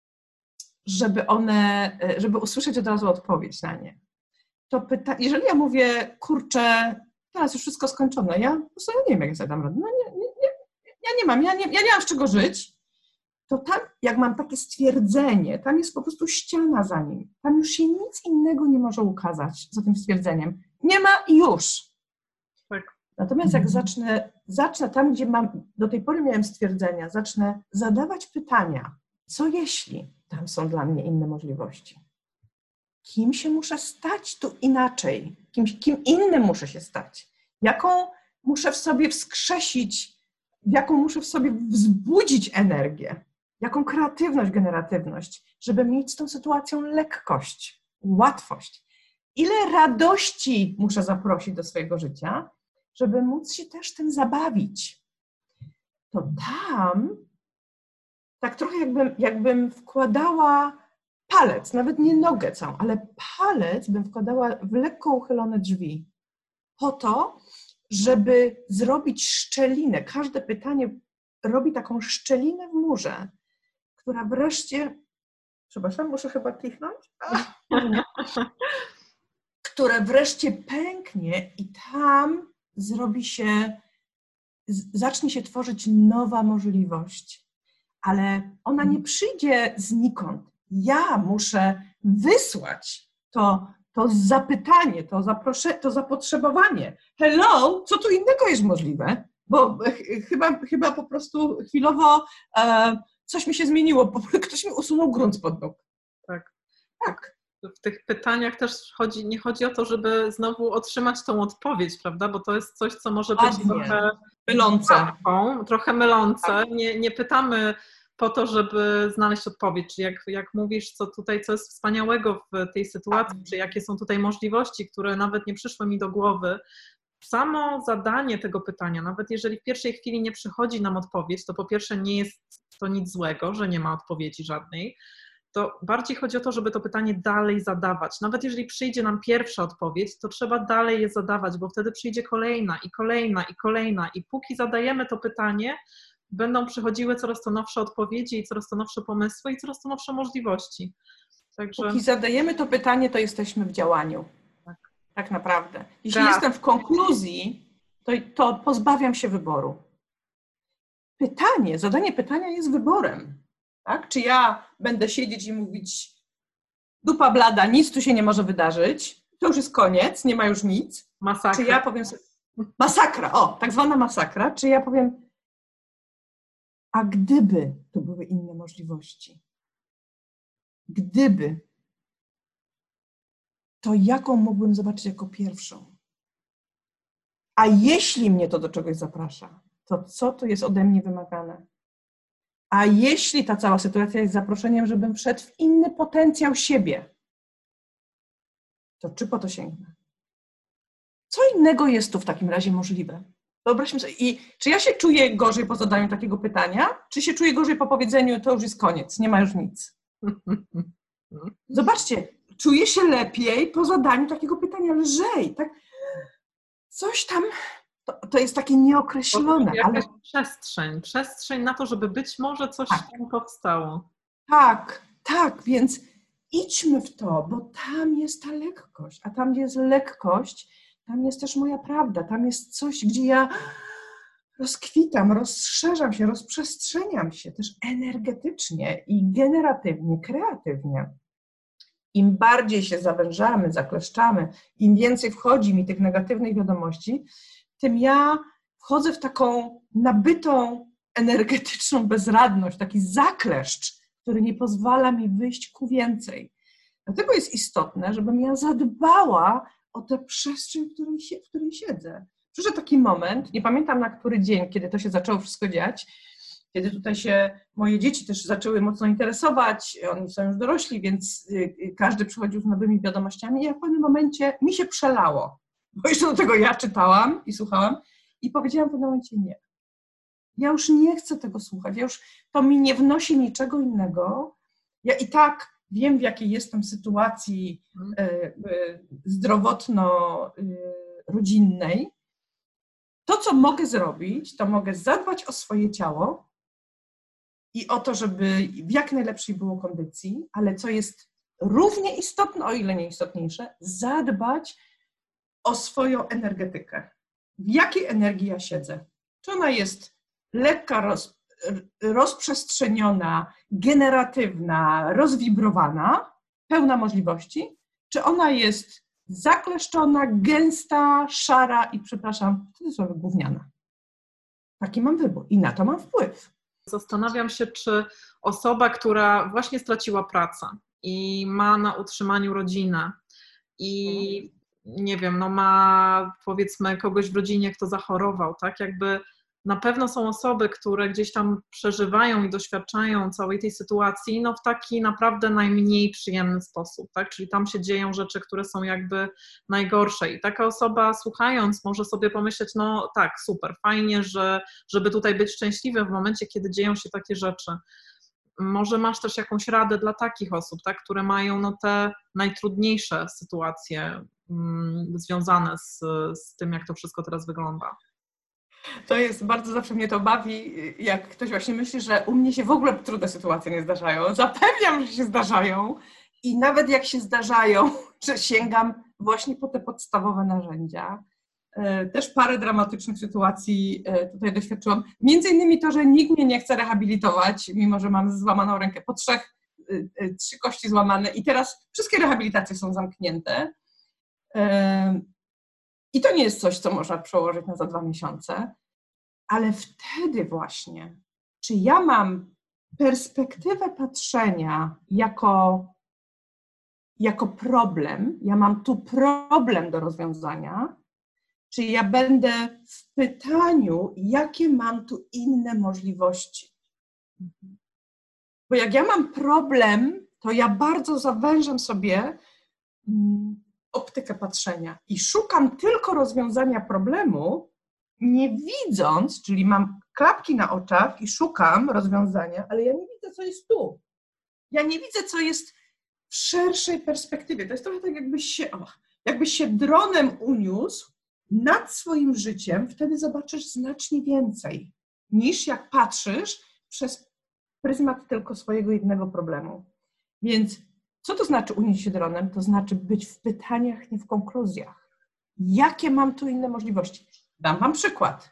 żeby one, żeby usłyszeć od razu odpowiedź na nie. To pyta, jeżeli ja mówię, kurczę, teraz już wszystko skończone, ja po prostu nie wiem, jak ja sobie dam radę, no nie, nie, nie, ja nie mam, ja nie, ja nie mam z czego żyć, to tam, jak mam takie stwierdzenie, tam jest po prostu ściana za nim, tam już się nic innego nie może ukazać za tym stwierdzeniem. Nie ma i już. Tak. Natomiast jak zacznę, zacznę tam, gdzie mam, do tej pory miałem stwierdzenia, zacznę zadawać pytania, co jeśli tam są dla mnie inne możliwości? Kim się muszę stać tu inaczej? Kim, kim innym muszę się stać? Jaką muszę w sobie wskrzesić, jaką muszę w sobie wzbudzić energię? Jaką kreatywność, generatywność, żeby mieć z tą sytuacją lekkość, łatwość? Ile radości muszę zaprosić do swojego życia, żeby móc się też tym zabawić? To tam tak trochę jakbym, jakbym wkładała palec, nawet nie nogę całą, ale palec bym wkładała w lekko uchylone drzwi po to, żeby zrobić szczelinę. Każde pytanie robi taką szczelinę w murze, która wreszcie, przepraszam, muszę chyba kichnąć, która wreszcie pęknie i tam zrobi się, zacznie się tworzyć nowa możliwość, ale ona nie przyjdzie znikąd. Ja muszę wysłać to, to zapytanie, to, zaprosze, to zapotrzebowanie. Hello, co tu innego jest możliwe? Bo ch- chyba, chyba po prostu chwilowo e, coś mi się zmieniło, bo ktoś mi usunął grunt spod nóg. Tak. Tak. W tych pytaniach też chodzi, nie chodzi o to, żeby znowu otrzymać tą odpowiedź, prawda? Bo to jest coś, co może być Ładnie. trochę Mylące. trochę mylące. Nie, nie pytamy po to, żeby znaleźć odpowiedź, czy jak, jak mówisz, co tutaj, co jest wspaniałego w tej sytuacji, czy jakie są tutaj możliwości, które nawet nie przyszły mi do głowy. Samo zadanie tego pytania, nawet jeżeli w pierwszej chwili nie przychodzi nam odpowiedź, to po pierwsze nie jest to nic złego, że nie ma odpowiedzi żadnej, to bardziej chodzi o to, żeby to pytanie dalej zadawać. Nawet jeżeli przyjdzie nam pierwsza odpowiedź, to trzeba dalej je zadawać, bo wtedy przyjdzie kolejna i kolejna i kolejna i póki zadajemy to pytanie, będą przychodziły coraz to nowsze odpowiedzi i coraz to nowsze pomysły i coraz to nowsze możliwości. Także... Póki zadajemy to pytanie, to jesteśmy w działaniu. Tak, tak naprawdę. Jeśli tak. jestem w konkluzji, to, to pozbawiam się wyboru. pytanie, zadanie pytania jest wyborem. Tak? Czy ja będę siedzieć i mówić dupa blada, nic tu się nie może wydarzyć, to już jest koniec, nie ma już nic. Masakra. Czy ja powiem sobie, masakra, o, tak zwana masakra, czy ja powiem, a gdyby to były inne możliwości, gdyby, to jaką mógłbym zobaczyć jako pierwszą? A jeśli mnie to do czegoś zaprasza, to co tu jest ode mnie wymagane? A jeśli ta cała sytuacja jest zaproszeniem, żebym wszedł w inny potencjał siebie, to czy po to sięgnę? Co innego jest tu w takim razie możliwe? Wyobraźmy sobie, i czy ja się czuję gorzej po zadaniu takiego pytania, czy się czuję gorzej po powiedzeniu, to już jest koniec, nie ma już nic? Zobaczcie, czuję się lepiej po zadaniu takiego pytania, lżej, tak? Coś tam, to, to jest takie nieokreślone. Jakaś ale... przestrzeń, przestrzeń na to, żeby być może coś tak. tam powstało. Tak, tak, więc idźmy w to, bo tam jest ta lekkość, a tam, gdzie jest lekkość, tam jest też moja prawda, tam jest coś, gdzie ja rozkwitam, rozszerzam się, rozprzestrzeniam się też energetycznie i generatywnie, kreatywnie. Im bardziej się zawężamy, zakleszczamy, im więcej wchodzi mi tych negatywnych wiadomości, tym ja wchodzę w taką nabytą energetyczną bezradność, taki zakleszcz, który nie pozwala mi wyjść ku więcej. Dlatego jest istotne, żebym ja zadbała o tę przestrzeń, w której, się, w której siedzę. Przyszedł taki moment, nie pamiętam na który dzień, kiedy to się zaczęło wszystko dziać, kiedy tutaj się moje dzieci też zaczęły mocno interesować, oni są już dorośli, więc każdy przychodził z nowymi wiadomościami i ja w pewnym momencie mi się przelało, bo jeszcze do tego ja czytałam i słuchałam i powiedziałam w pewnym momencie nie. Ja już nie chcę tego słuchać, ja już, to mi nie wnosi niczego innego. Ja i tak wiem, w jakiej jestem sytuacji e, e, zdrowotno-rodzinnej. To, co mogę zrobić, to mogę zadbać o swoje ciało i o to, żeby w jak najlepszej było kondycji, ale co jest równie istotne, o ile nie istotniejsze, zadbać o swoją energetykę. W jakiej energii ja siedzę? Czy ona jest lekka, roz, rozprzestrzeniona, generatywna, rozwibrowana, pełna możliwości, czy ona jest zakleszczona, gęsta, szara i, przepraszam, w cudzysłowie gówniana. Taki mam wybór i na to mam wpływ. Zastanawiam się, czy osoba, która właśnie straciła pracę i ma na utrzymaniu rodzinę i nie wiem, no ma powiedzmy kogoś w rodzinie, kto zachorował, tak, jakby na pewno są osoby, które gdzieś tam przeżywają i doświadczają całej tej sytuacji, no w taki naprawdę najmniej przyjemny sposób, tak? Czyli tam się dzieją rzeczy, które są jakby najgorsze i taka osoba słuchając może sobie pomyśleć, no tak, super, fajnie, że, żeby tutaj być szczęśliwym w momencie, kiedy dzieją się takie rzeczy. Może masz też jakąś radę dla takich osób, tak? Które mają no te najtrudniejsze sytuacje mm, związane z, z tym, jak to wszystko teraz wygląda. To jest, bardzo zawsze mnie to bawi, jak ktoś właśnie myśli, że u mnie się w ogóle trudne sytuacje nie zdarzają. Zapewniam, że się zdarzają i nawet jak się zdarzają, że sięgam właśnie po te podstawowe narzędzia. Też parę dramatycznych sytuacji tutaj doświadczyłam. Między innymi to, że nikt mnie nie chce rehabilitować, mimo że mam złamaną rękę po trzech, trzy kości złamane i teraz wszystkie rehabilitacje są zamknięte. I to nie jest coś, co można przełożyć na za dwa miesiące, ale wtedy właśnie, czy ja mam perspektywę patrzenia jako, jako problem, ja mam tu problem do rozwiązania, czy ja będę w pytaniu, jakie mam tu inne możliwości. Bo jak ja mam problem, to ja bardzo zawężam sobie mm, optykę patrzenia i szukam tylko rozwiązania problemu, nie widząc, czyli mam klapki na oczach i szukam rozwiązania, ale ja nie widzę, co jest tu. Ja nie widzę, co jest w szerszej perspektywie. To jest trochę tak, jakbyś się, o, jakbyś się dronem uniósł nad swoim życiem, wtedy zobaczysz znacznie więcej, niż jak patrzysz przez pryzmat tylko swojego jednego problemu. Więc co to znaczy unieść się dronem? To znaczy być w pytaniach, nie w konkluzjach. Jakie mam tu inne możliwości? Dam wam przykład.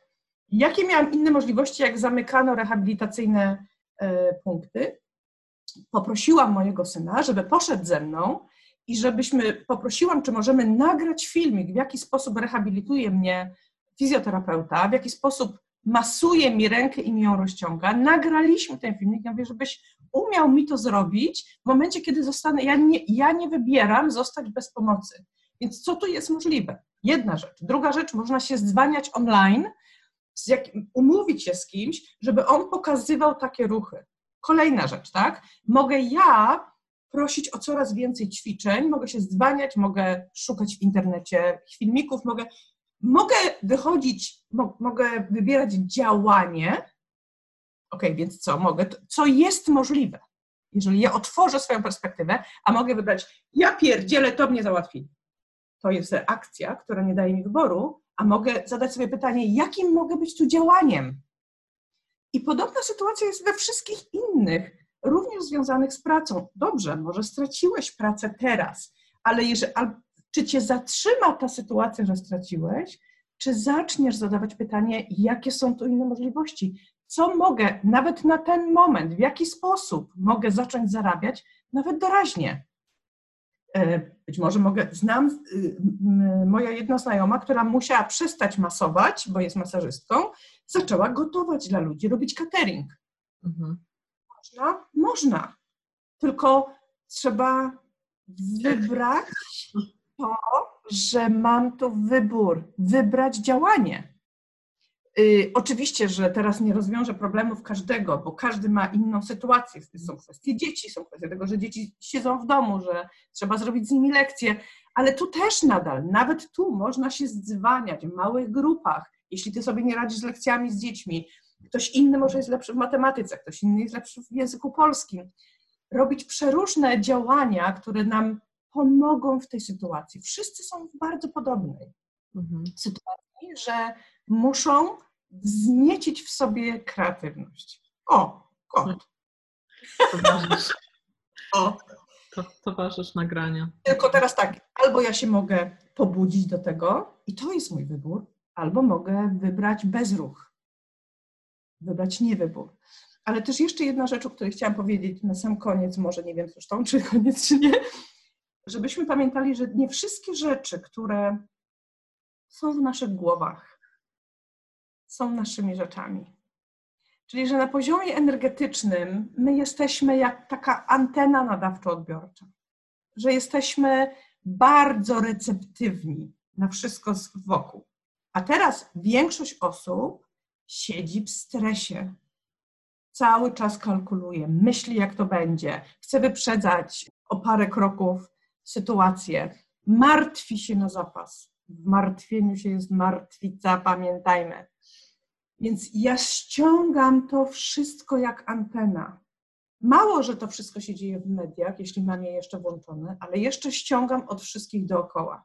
Jakie miałam inne możliwości, jak zamykano rehabilitacyjne e, punkty? Poprosiłam mojego syna, żeby poszedł ze mną i żebyśmy, poprosiłam, czy możemy nagrać filmik, w jaki sposób rehabilituje mnie fizjoterapeuta, w jaki sposób masuje mi rękę i mi ją rozciąga. Nagraliśmy ten filmik, ja mówię, żebyś umiał mi to zrobić w momencie, kiedy zostanę, ja nie, ja nie wybieram zostać bez pomocy. Więc co tu jest możliwe? Jedna rzecz. Druga rzecz, można się dzwaniać online, z jak, umówić się z kimś, żeby on pokazywał takie ruchy. Kolejna rzecz, tak? Mogę ja prosić o coraz więcej ćwiczeń, mogę się dzwaniać, mogę szukać w internecie filmików, mogę, mogę wychodzić, mo, mogę wybierać działanie. Okej, więc co? Mogę, co jest możliwe? Jeżeli ja otworzę swoją perspektywę, a mogę wybrać, ja pierdzielę, to mnie załatwi. To jest reakcja, która nie daje mi wyboru, a mogę zadać sobie pytanie, jakim mogę być tu działaniem? I podobna sytuacja jest we wszystkich innych, również związanych z pracą. Dobrze, może straciłeś pracę teraz, ale jeżeli, czy cię zatrzyma ta sytuacja, że straciłeś, czy zaczniesz zadawać pytanie, jakie są tu inne możliwości? Co mogę, nawet na ten moment, w jaki sposób mogę zacząć zarabiać, nawet doraźnie? Być może mogę, znam moja jedna znajoma, która musiała przestać masować, bo jest masażystką, zaczęła gotować dla ludzi, robić catering. Mhm. Można? Można. Tylko trzeba wybrać to, że mam tu wybór, wybrać działanie. Yy, oczywiście, że teraz nie rozwiążę problemów każdego, bo każdy ma inną sytuację. Są kwestie dzieci, są kwestie tego, że dzieci siedzą w domu, że trzeba zrobić z nimi lekcje, ale tu też nadal, nawet tu można się zdzwaniać w małych grupach. Jeśli ty sobie nie radzisz z lekcjami z dziećmi, ktoś inny może jest lepszy w matematyce, ktoś inny jest lepszy w języku polskim. Robić przeróżne działania, które nam pomogą w tej sytuacji. Wszyscy są w bardzo podobnej mhm. sytuacji, że muszą wzniecić w sobie kreatywność. O, kot. Towarzysz. O. To, towarzysz nagrania. Tylko teraz tak, albo ja się mogę pobudzić do tego i to jest mój wybór, albo mogę wybrać bezruch. Wybrać niewybór. Ale też jeszcze jedna rzecz, o której chciałam powiedzieć na sam koniec, może nie wiem zresztą, czy koniec, czy nie, żebyśmy pamiętali, że nie wszystkie rzeczy, które są w naszych głowach, są naszymi rzeczami. Czyli, że na poziomie energetycznym my jesteśmy jak taka antena nadawczo-odbiorcza, że jesteśmy bardzo receptywni na wszystko wokół. A teraz większość osób siedzi w stresie, cały czas kalkuluje, myśli jak to będzie, chce wyprzedzać o parę kroków sytuację, martwi się na zapas. W martwieniu się jest martwica, pamiętajmy. Więc ja ściągam to wszystko jak antena. Mało, że to wszystko się dzieje w mediach, jeśli mam je jeszcze włączone, ale jeszcze ściągam od wszystkich dookoła.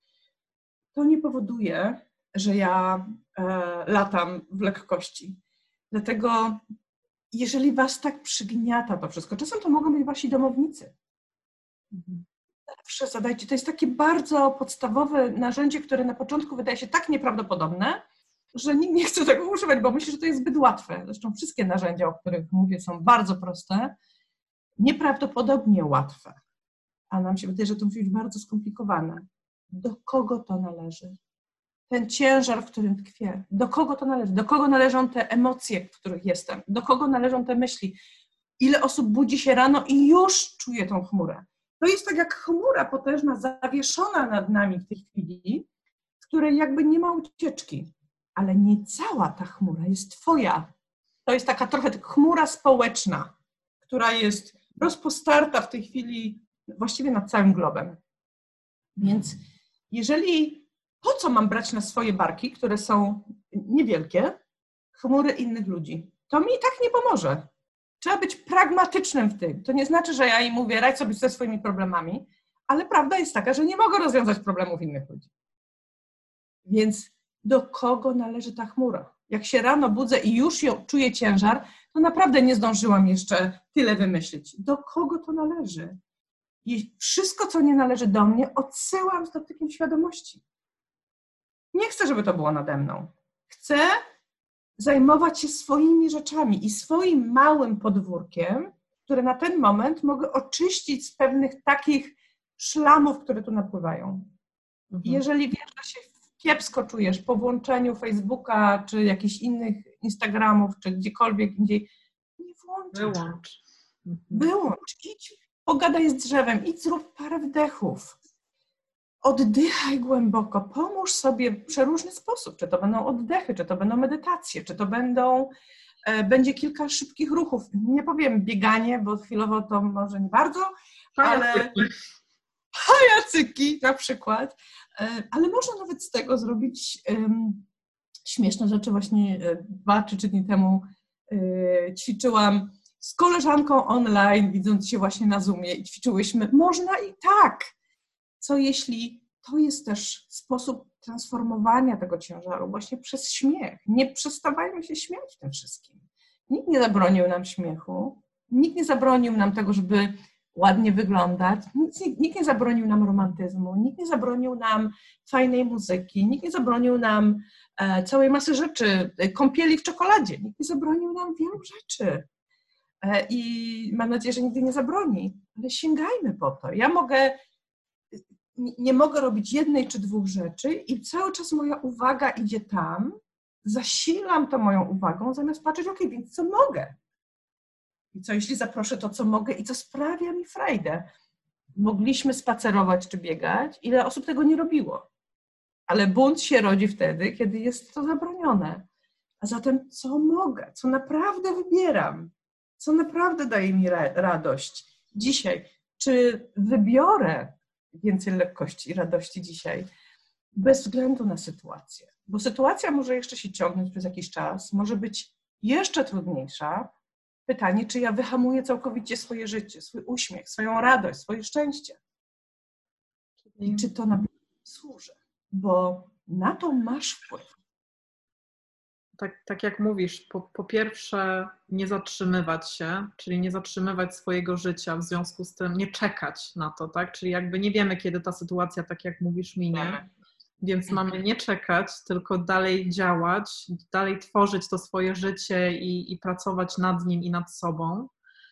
To nie powoduje, że ja e, latam w lekkości. Dlatego, jeżeli was tak przygniata to wszystko, czasem to mogą być wasi domownicy. Mhm. Zawsze zadajcie, to jest takie bardzo podstawowe narzędzie, które na początku wydaje się tak nieprawdopodobne, że nikt nie chce tego używać, bo myślę, że to jest zbyt łatwe. Zresztą wszystkie narzędzia, o których mówię, są bardzo proste, nieprawdopodobnie łatwe. A nam się wydaje, że to musi być bardzo skomplikowane. Do kogo to należy? Ten ciężar, w którym tkwię. Do kogo to należy? Do kogo należą te emocje, w których jestem? Do kogo należą te myśli? Ile osób budzi się rano i już czuje tą chmurę? To jest tak jak chmura potężna, zawieszona nad nami w tej chwili, w której jakby nie ma ucieczki. Ale nie cała ta chmura jest twoja. To jest taka trochę chmura społeczna, która jest rozpostarta w tej chwili właściwie nad całym globem. Więc jeżeli, po co mam brać na swoje barki, które są niewielkie, chmury innych ludzi? To mi i tak nie pomoże. Trzeba być pragmatycznym w tym. To nie znaczy, że ja im mówię, radź sobie ze swoimi problemami, ale prawda jest taka, że nie mogę rozwiązać problemów innych ludzi. Więc do kogo należy ta chmura? Jak się rano budzę i już ją czuję ciężar, to naprawdę nie zdążyłam jeszcze tyle wymyślić. Do kogo to należy? I wszystko, co nie należy do mnie, odsyłam z dotykiem świadomości. Nie chcę, żeby to było nade mną. Chcę, zajmować się swoimi rzeczami i swoim małym podwórkiem, które na ten moment mogę oczyścić z pewnych takich szlamów, które tu napływają. Mhm. Jeżeli wiesz, że się kiepsko czujesz po włączeniu Facebooka, czy jakichś innych Instagramów, czy gdziekolwiek indziej, nie włącz. Wyłącz. Mhm. Wyłącz. Idź, pogadaj z drzewem, idź zrób parę wdechów. Oddychaj głęboko, pomóż sobie w przeróżny sposób, czy to będą oddechy, czy to będą medytacje, czy to będą, e, będzie kilka szybkich ruchów. Nie powiem bieganie, bo chwilowo to może nie bardzo, ale pajacyki na przykład, e, ale można nawet z tego zrobić um, śmieszne rzeczy. Właśnie e, dwa czy trzy dni temu e, ćwiczyłam z koleżanką online, widząc się właśnie na Zoomie i ćwiczyłyśmy. Można i tak. Co jeśli to jest też sposób transformowania tego ciężaru właśnie przez śmiech? Nie przestawajmy się śmiać tym wszystkim. Nikt nie zabronił nam śmiechu, nikt nie zabronił nam tego, żeby ładnie wyglądać, nikt, nikt nie zabronił nam romantyzmu, nikt nie zabronił nam fajnej muzyki, nikt nie zabronił nam e, całej masy rzeczy, kąpieli w czekoladzie, nikt nie zabronił nam wielu rzeczy. E, I mam nadzieję, że nigdy nie zabroni, ale sięgajmy po to. Ja mogę Nie mogę robić jednej czy dwóch rzeczy i cały czas moja uwaga idzie tam, zasilam to moją uwagą, zamiast patrzeć, ok, więc co mogę? I co jeśli zaproszę to, co mogę i co sprawia mi frajdę? Mogliśmy spacerować czy biegać, ile osób tego nie robiło. Ale bunt się rodzi wtedy, kiedy jest to zabronione. A zatem co mogę? Co naprawdę wybieram? Co naprawdę daje mi ra- radość? Dzisiaj, czy wybiorę więcej lekkości i radości dzisiaj, bez względu na sytuację. Bo sytuacja może jeszcze się ciągnąć przez jakiś czas, może być jeszcze trudniejsza. Pytanie, czy ja wyhamuję całkowicie swoje życie, swój uśmiech, swoją radość, swoje szczęście. I czy to naprawdę służy? Bo na to masz wpływ. Tak, tak jak mówisz, po, po pierwsze nie zatrzymywać się, czyli nie zatrzymywać swojego życia, w związku z tym nie czekać na to, tak? Czyli jakby nie wiemy, kiedy ta sytuacja, tak jak mówisz, minie, więc mamy nie czekać, tylko dalej działać, dalej tworzyć to swoje życie i, i pracować nad nim i nad sobą.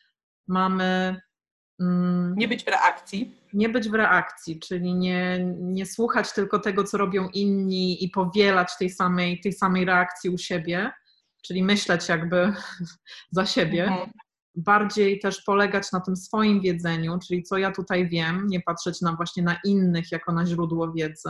Mamy... Mm, nie być w reakcji. Nie być w reakcji, czyli nie, nie słuchać tylko tego, co robią inni i powielać tej samej, tej samej reakcji u siebie, czyli myśleć jakby za siebie. Mhm. Bardziej też polegać na tym swoim wiedzeniu, czyli co ja tutaj wiem, nie patrzeć na właśnie na innych jako na źródło wiedzy.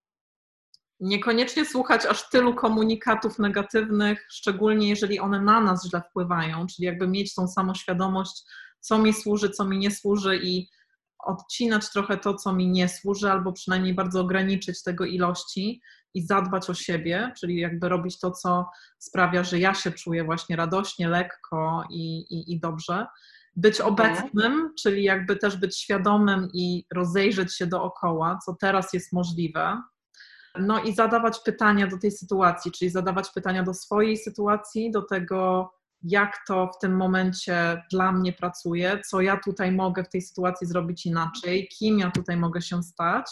Niekoniecznie słuchać aż tylu komunikatów negatywnych, szczególnie jeżeli one na nas źle wpływają, czyli jakby mieć tą samoświadomość, co mi służy, co mi nie służy i odcinać trochę to, co mi nie służy, albo przynajmniej bardzo ograniczyć tego ilości i zadbać o siebie, czyli jakby robić to, co sprawia, że ja się czuję właśnie radośnie, lekko i, i, i dobrze. Być obecnym, czyli jakby też być świadomym i rozejrzeć się dookoła, co teraz jest możliwe. No i zadawać pytania do tej sytuacji, czyli zadawać pytania do swojej sytuacji, do tego, jak to w tym momencie dla mnie pracuje, co ja tutaj mogę w tej sytuacji zrobić inaczej, kim ja tutaj mogę się stać.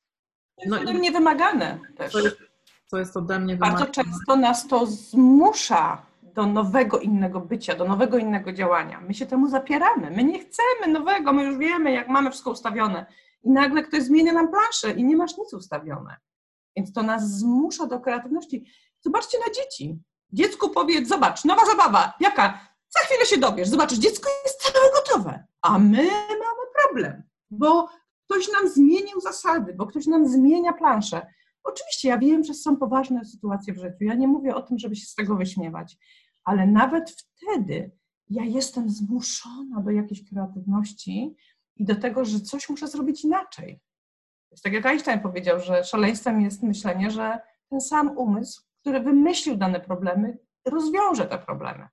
No to jest ode mnie wymagane też. Co jest, co jest ode mnie wymagane. Bardzo często nas to zmusza do nowego, innego bycia, do nowego, innego działania. My się temu zapieramy. My nie chcemy nowego, my już wiemy, jak mamy wszystko ustawione. I nagle ktoś zmienia nam planszę i nie masz nic ustawione. Więc to nas zmusza do kreatywności. Zobaczcie na dzieci. Dziecku powiedz, zobacz, nowa zabawa, jaka? Za chwilę się dowiesz, zobaczysz, dziecko jest całe gotowe, a my mamy problem, bo ktoś nam zmienił zasady, bo ktoś nam zmienia planszę. Oczywiście ja wiem, że są poważne sytuacje w życiu, ja nie mówię o tym, żeby się z tego wyśmiewać, ale nawet wtedy ja jestem zmuszona do jakiejś kreatywności i do tego, że coś muszę zrobić inaczej. Jest tak jak Einstein powiedział, że szaleństwem jest myślenie, że ten sam umysł, który wymyślił dane problemy, rozwiąże te problemy.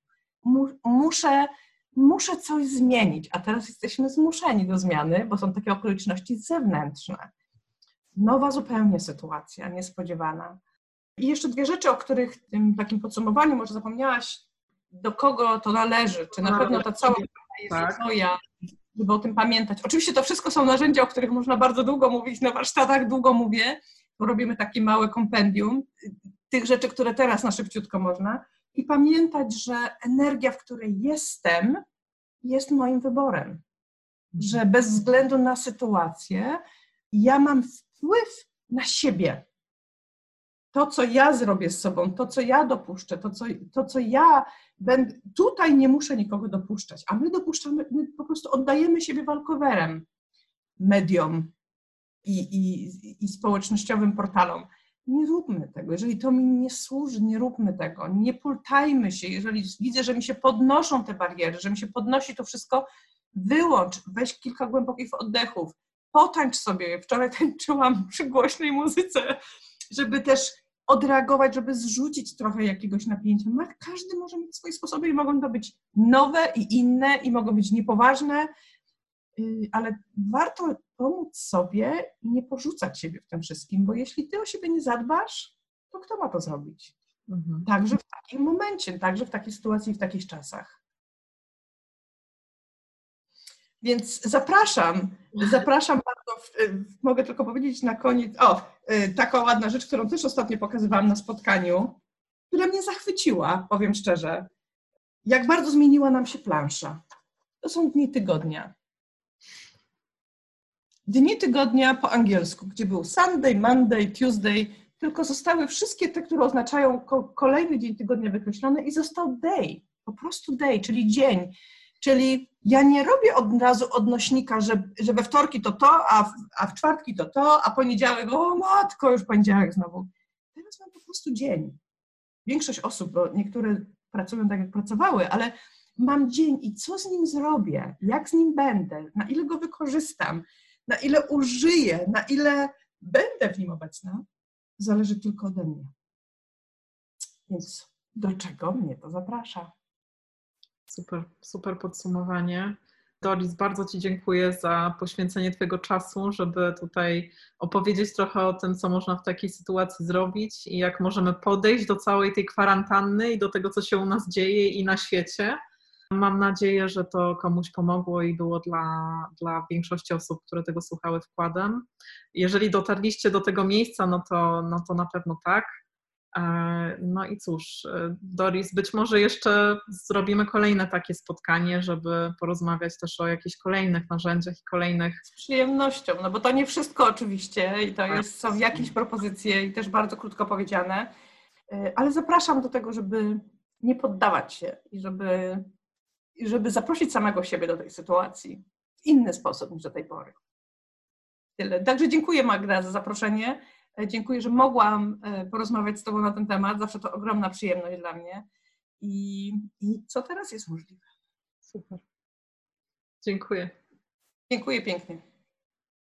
Muszę, muszę coś zmienić, a teraz jesteśmy zmuszeni do zmiany, bo są takie okoliczności zewnętrzne. Nowa zupełnie sytuacja, niespodziewana. I jeszcze dwie rzeczy, o których w tym takim podsumowaniu może zapomniałaś, do kogo to należy, czy na pewno ta cała jest tak. Twoja, żeby o tym pamiętać. Oczywiście to wszystko są narzędzia, o których można bardzo długo mówić, na warsztatach długo mówię, bo robimy takie małe kompendium tych rzeczy, które teraz na szybciutko można. i pamiętać, że energia, w której jestem, jest moim wyborem. Że bez względu na sytuację ja mam wpływ na siebie. To, co ja zrobię z sobą, to, co ja dopuszczę, to, co, to, co ja będę... Tutaj nie muszę nikogo dopuszczać, a my dopuszczamy, my po prostu oddajemy siebie walkowerem mediom i, i, i społecznościowym portalom. Nie róbmy tego. Jeżeli to mi nie służy, nie róbmy tego. Nie pultajmy się. Jeżeli widzę, że mi się podnoszą te bariery, że mi się podnosi to wszystko, wyłącz, weź kilka głębokich oddechów, potańcz sobie. Wczoraj tańczyłam przy głośnej muzyce, żeby też odreagować, żeby zrzucić trochę jakiegoś napięcia. Każdy może mieć swoje sposoby i mogą to być nowe i inne i mogą być niepoważne, ale warto pomóc sobie i nie porzucać siebie w tym wszystkim, bo jeśli ty o siebie nie zadbasz, to kto ma to zrobić? Mhm. Także w takim momencie, także w takiej sytuacji, w takich czasach. Więc zapraszam, zapraszam bardzo, mogę tylko powiedzieć na koniec, o, taka ładna rzecz, którą też ostatnio pokazywałam na spotkaniu, która mnie zachwyciła, powiem szczerze, jak bardzo zmieniła nam się plansza. To są dni tygodnia. Dni tygodnia po angielsku, gdzie był Sunday, Monday, Tuesday, tylko zostały wszystkie te, które oznaczają ko- kolejny dzień tygodnia wykreślone i został day, po prostu day, czyli dzień. Czyli ja nie robię od razu odnośnika, że, że we wtorki to to, a w, a w czwartki to to, a poniedziałek, o matko, już poniedziałek znowu. Teraz mam po prostu dzień. Większość osób, bo niektóre pracują tak, jak pracowały, ale mam dzień i co z nim zrobię, jak z nim będę, na ile go wykorzystam, na ile użyję, na ile będę w nim obecna, zależy tylko ode mnie. Więc do czego mnie to zaprasza? Super, super podsumowanie. Doris, bardzo Ci dziękuję za poświęcenie Twojego czasu, żeby tutaj opowiedzieć trochę o tym, co można w takiej sytuacji zrobić i jak możemy podejść do całej tej kwarantanny i do tego, co się u nas dzieje i na świecie. Mam nadzieję, że to komuś pomogło i było dla, dla większości osób, które tego słuchały, wkładem. Jeżeli dotarliście do tego miejsca, no to, no to na pewno tak. No i cóż, Doris, być może jeszcze zrobimy kolejne takie spotkanie, żeby porozmawiać też o jakichś kolejnych narzędziach i kolejnych... Z przyjemnością, no bo to nie wszystko oczywiście i to jest, są jakieś propozycje i też bardzo krótko powiedziane, ale zapraszam do tego, żeby nie poddawać się i żeby, i żeby zaprosić samego siebie do tej sytuacji w inny sposób niż do tej pory. Tyle. Także dziękuję, Magda, za zaproszenie. Dziękuję, że mogłam porozmawiać z Tobą na ten temat. Zawsze to ogromna przyjemność dla mnie. I, i co teraz jest możliwe? Super. Dziękuję. Dziękuję pięknie.